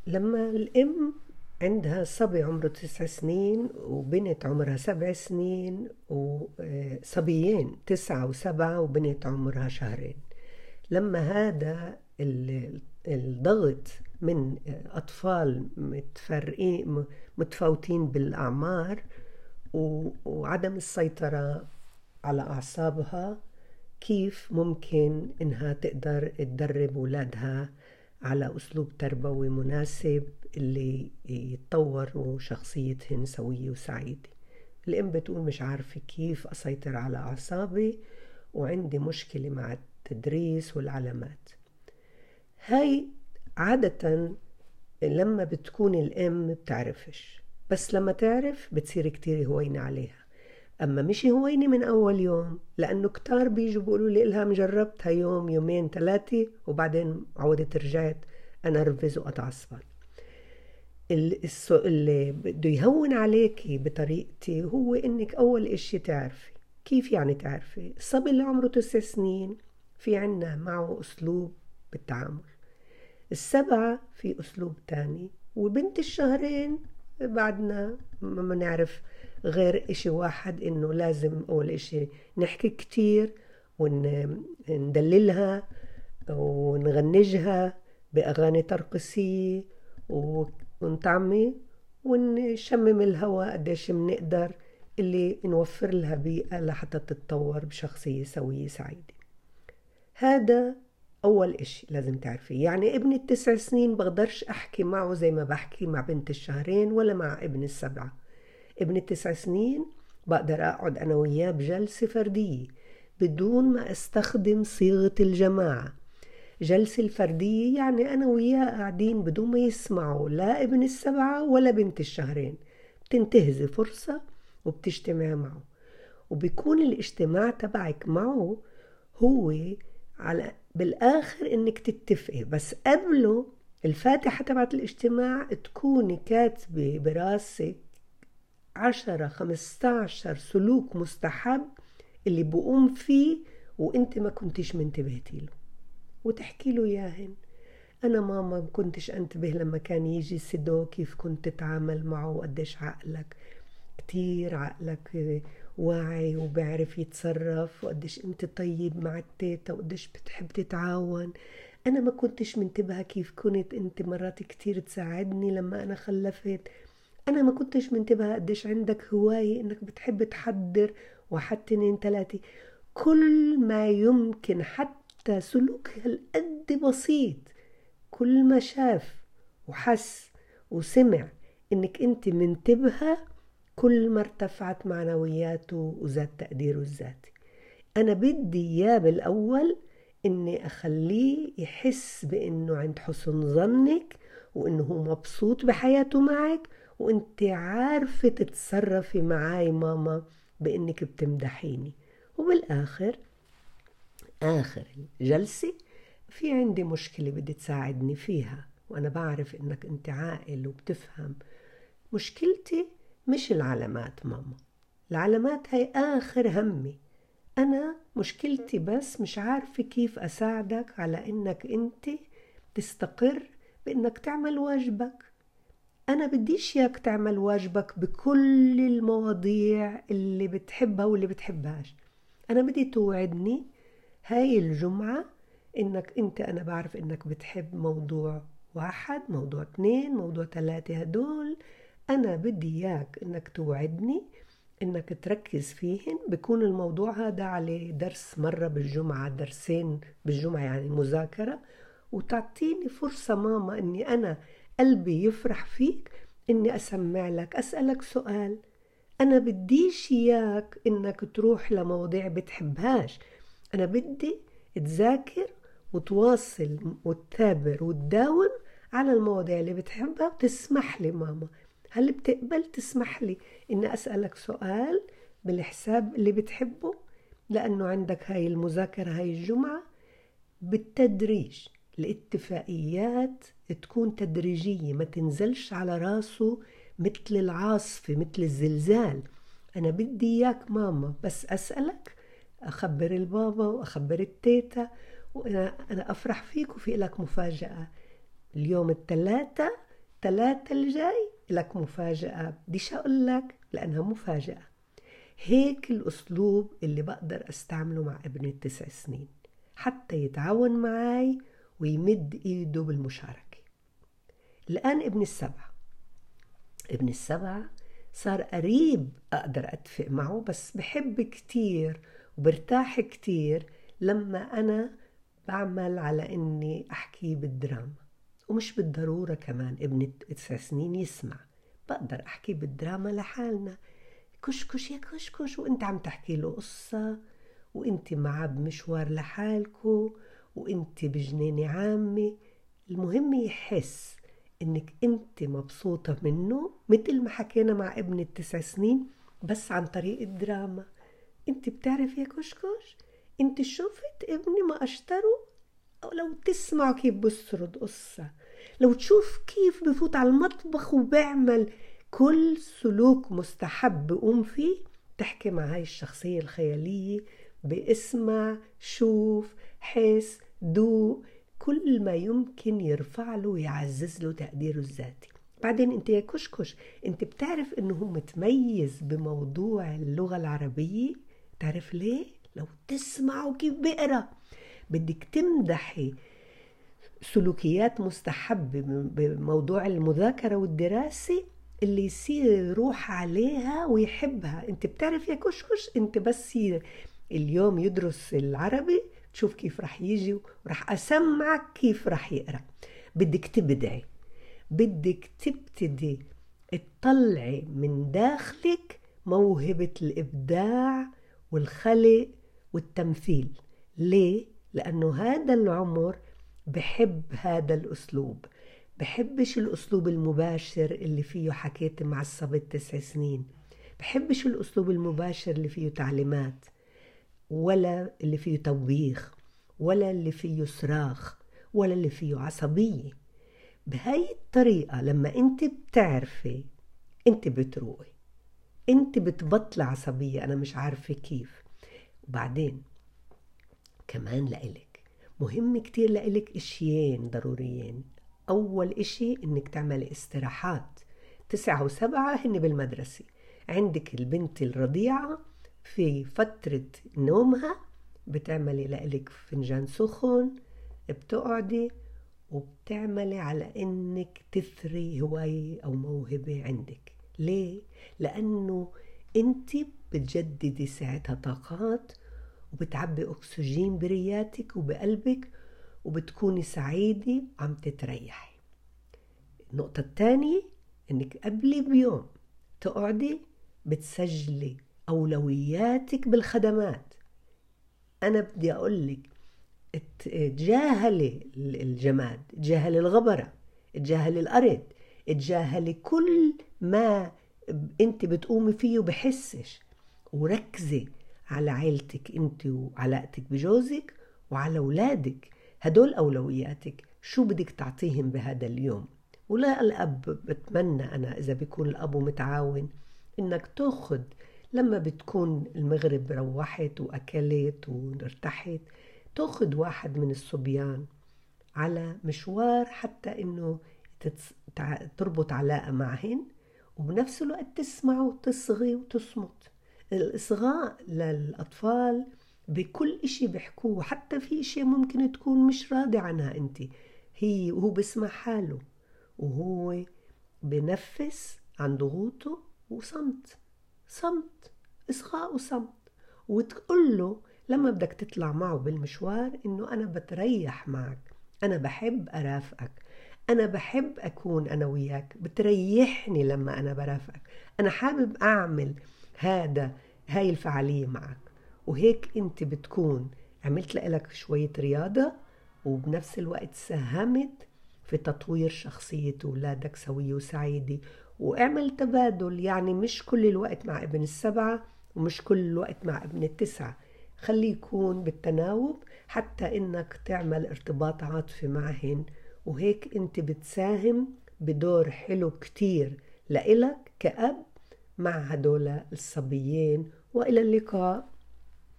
لما الأم عندها صبي عمره 9 سنين وبنت عمرها 7 سنين وصبيين 9 و7 وبنت عمرها شهرين، لما هذا الضغط من أطفال متفرقين متفاوتين بالأعمار وعدم السيطرة على أعصابها، كيف ممكن إنها تقدر تدرب أولادها على أسلوب تربوي مناسب اللي يتطوروا شخصيتهن سوية وسعيدة؟ الأم بتقول مش عارفة كيف أسيطر على أعصابي وعندي مشكلة مع التدريس والعلامات. هاي عادة لما بتكون الأم بتعرفش، بس لما تعرف بتصير كتير هوينة عليها. أما مش هوينة من أول يوم، لأنه كتار بيجوا بيقولوا لي إلهام جربتها يوم يومين 3 وبعدين عودت رجعت أنرفز وأتعصب. اللي بده يهون عليكي بطريقتي هو إنك أول إشي تعرفي. كيف يعني تعرفي؟ الصبي اللي عمره 9 سنين في عنا معه أسلوب بالتعامل، ال7 في أسلوب تاني، وبنت الشهرين بعدنا ما نعرف غير إشي واحد، إنه لازم أول إشي نحكي كتير وندللها ونغنجها بأغاني ترقصية ونطعمي ونشمم الهواء قديش منقدر، اللي نوفر لها بيئة لحتى تتطور بشخصية سوية سعيدة. هذا أول إشي لازم تعرفيه. يعني ابن ال9 سنين بقدرش أحكي معه زي ما بحكي مع بنت الشهرين ولا مع ابن ال7. ابن ال9 سنين بقدر أقعد أنا وياه بجلسة فردية بدون ما أستخدم صيغة الجماعة. جلسة الفردية يعني أنا وياه قاعدين بدون ما يسمعوا لا ابن ال7 ولا بنت الشهرين، بتنتهزي فرصة وبتجتمع معه، وبيكون الاجتماع تبعك معه هو على بالآخر إنك تتفقي، بس قبله الفاتحة تبعت الاجتماع تكوني كاتبة براسك 10-15 سلوك مستحب اللي بقوم فيه وانت ما كنتش منتبهتي له، وتحكي له ياهن. أنا ماما ما كنتش أنتبه لما كان يجي سيدو كيف كنت تتعامل معه، وقديش عقلك كتير عقلك واعي وبعرف يتصرف، وقديش انت طيب مع التيتا وقديش بتحب تتعاون. انا ما كنتش منتبهة كيف كنت انت مرات كتير تساعدني لما انا خلفت. انا ما كنتش منتبهة قديش عندك هواية انك بتحب تحضر 1 2 3. كل ما يمكن، حتى سلوك هالقد بسيط، كل ما شاف وحس وسمع انك انت منتبهة كل ما ارتفعت معنوياته وزاد تقديره الذاتي. أنا بدي إياه بالأول إني أخليه يحس بإنه عند حسن ظنك، وإنه هو مبسوط بحياته معك، وإنت عارفة تتصرفي معاي ماما بإنك بتمدحيني. وبالآخر آخر الجلسة في عندي مشكلة بدي تساعدني فيها، وأنا بعرف إنك أنت عاقل وبتفهم. مشكلتي مش العلامات ماما، العلامات هي آخر همي. أنا مشكلتي بس مش عارفة كيف أساعدك على إنك أنت تستقر بإنك تعمل واجبك. أنا بديش إياك تعمل واجبك بكل المواضيع اللي بتحبها واللي بتحبهاش. أنا بدي توعدني هاي الجمعة إنك أنت، أنا بعرف إنك بتحب موضوع 1 موضوع 2 موضوع 3، هدول أنا بدي إياك إنك توعدني إنك تركز فيهن. بيكون الموضوع هذا عليه درس مرة بالجمعة، درسين بالجمعة، يعني مذاكرة، وتعطيني فرصة ماما إني أنا قلبي يفرح فيك، إني أسمع لك أسألك سؤال. أنا بديش إياك إنك تروح لمواضيع بتحبهاش. أنا بدي تذاكر وتواصل وتثابر وتداوم على المواضيع اللي بتحبها وتسمح لي ماما. هل بتقبل تسمح لي إني أسألك سؤال بالحساب اللي بتحبه؟ لأنه عندك هاي المذاكرة هاي الجمعة بالتدريج. الاتفاقيات تكون تدريجية، ما تنزلش على راسه مثل العاصفة مثل الزلزال. أنا بدي إياك ماما بس أسألك، أخبر البابا وأخبر التيتا، وأنا أفرح فيك وفي لك مفاجأة. اليوم ال3 الثلاثة الجاي لك مفاجأة، بديش أقول لك لأنها مفاجأة. هيك الأسلوب اللي بقدر أستعمله مع ابن ال9 سنين حتى يتعاون معي ويمد إيده بالمشاركة. الآن ابن ال7 صار قريب أقدر أتفق معه، بس بحب كتير وبرتاح كتير لما أنا بعمل على إني أحكي بالدراما. ومش بالضرورة كمان ابن ال9 سنين يسمع، بقدر أحكي بالدراما لحالنا، كشكش يا كشكش، وانت عم تحكي له قصة، وانت معاه بمشوار لحالكو، وانت بجنينة عامة. المهم يحس انك انت مبسوطة منه، مثل ما حكينا مع ابن ال9 سنين بس عن طريق الدراما. انت بتعرف يا كشكش، انت شفت ابني ما اشتروا؟ أو لو تسمعوا كيف بسرد قصة، لو تشوف كيف بفوت على المطبخ وبيعمل كل سلوك مستحب بقوم فيه، تحكي مع هاي الشخصية الخيالية باسمع، شوف، حس، دوق، كل ما يمكن يرفع له ويعزز له تقديره الذاتي. بعدين انت يا كشكش، انت بتعرف انه هو متميز بموضوع اللغة العربية؟ تعرف ليه؟ لو تسمعوا كيف بقرأ. بدك تمدحي سلوكيات مستحبة بموضوع المذاكرة والدراسة اللي يصير يروح عليها ويحبها. انت بتعرف يا كشكش، انت بس اليوم يدرس العربي تشوف كيف رح يجي ورح أسمعك كيف رح يقرأ. بدك تبدعي، بدك تبتدي تطلعي من داخلك موهبة الإبداع والخلق والتمثيل. ليه؟ لأنه هذا العمر بحب هذا الأسلوب، بحبش الأسلوب المباشر اللي فيه حكيت مع الصبي 9 سنين، بحبش الأسلوب المباشر اللي فيه تعليمات، ولا اللي فيه توبيخ، ولا اللي فيه صراخ، ولا اللي فيه عصبية. بهاي الطريقة لما انت بتعرفي، انت بتروقي، انت بتبطل عصبية، انا مش عارفة كيف. وبعدين كمان لإلك مهم كتير، لإلك اشيين ضروريين. اول اشي انك تعملي استراحات. 9 و7 هن بالمدرسة، عندك البنت الرضيعة في فترة نومها بتعملي لإلك فنجان سخن، بتقعدي وبتعملي على انك تثري هواية او موهبة عندك. ليه؟ لانه انت بتجددي ساعتها طاقات وبتعبي اكسجين برياتك وبقلبك، وبتكوني سعيدة وعم تتريحي. النقطة الثانية انك قبل بيوم تقعدي بتسجلي اولوياتك بالخدمات. انا بدي اقولك تجاهلي الجماد، تجاهلي الغبرة، تجاهلي الأرض، تجاهلي كل ما انت بتقومي فيه وبحسش، وركزي على عيلتك انت وعلاقتك بجوزك وعلى أولادك. هدول أولوياتك، شو بدك تعطيهم بهذا اليوم. ولا الأب بتمنى أنا إذا بيكون الأب متعاون إنك تاخد لما بتكون المغرب روحت وأكلت وارتحت، تاخد واحد من الصبيان على مشوار حتى إنه تربط علاقة معهن، وبنفس الوقت تسمع وتصغي وتصمت. الإصغاء للأطفال بكل إشي بيحكوه، حتى في إشي ممكن تكون مش راضي عنها أنت، وهو بسمع حاله وهو بنفس عن ضغوطه، وصمت، صمت، إصغاء وصمت. وتقول له لما بدك تطلع معه بالمشوار إنه أنا بتريح معك، أنا بحب أرافقك، أنا بحب أكون أنا وياك، بتريحني لما أنا برافقك، أنا حابب أعمل هاي الفعالية معك. وهيك أنت بتكون عملت لك شوية رياضة، وبنفس الوقت ساهمت في تطوير شخصية أولادك سوية وسعيدة. واعمل تبادل، يعني مش كل الوقت مع ابن ال7 ومش كل الوقت مع ابن ال9، خليه يكون بالتناوب حتى انك تعمل ارتباط عاطفي معهن. وهيك انت بتساهم بدور حلو كتير لإلك كأب مع هدول الصبيين. وإلى اللقاء.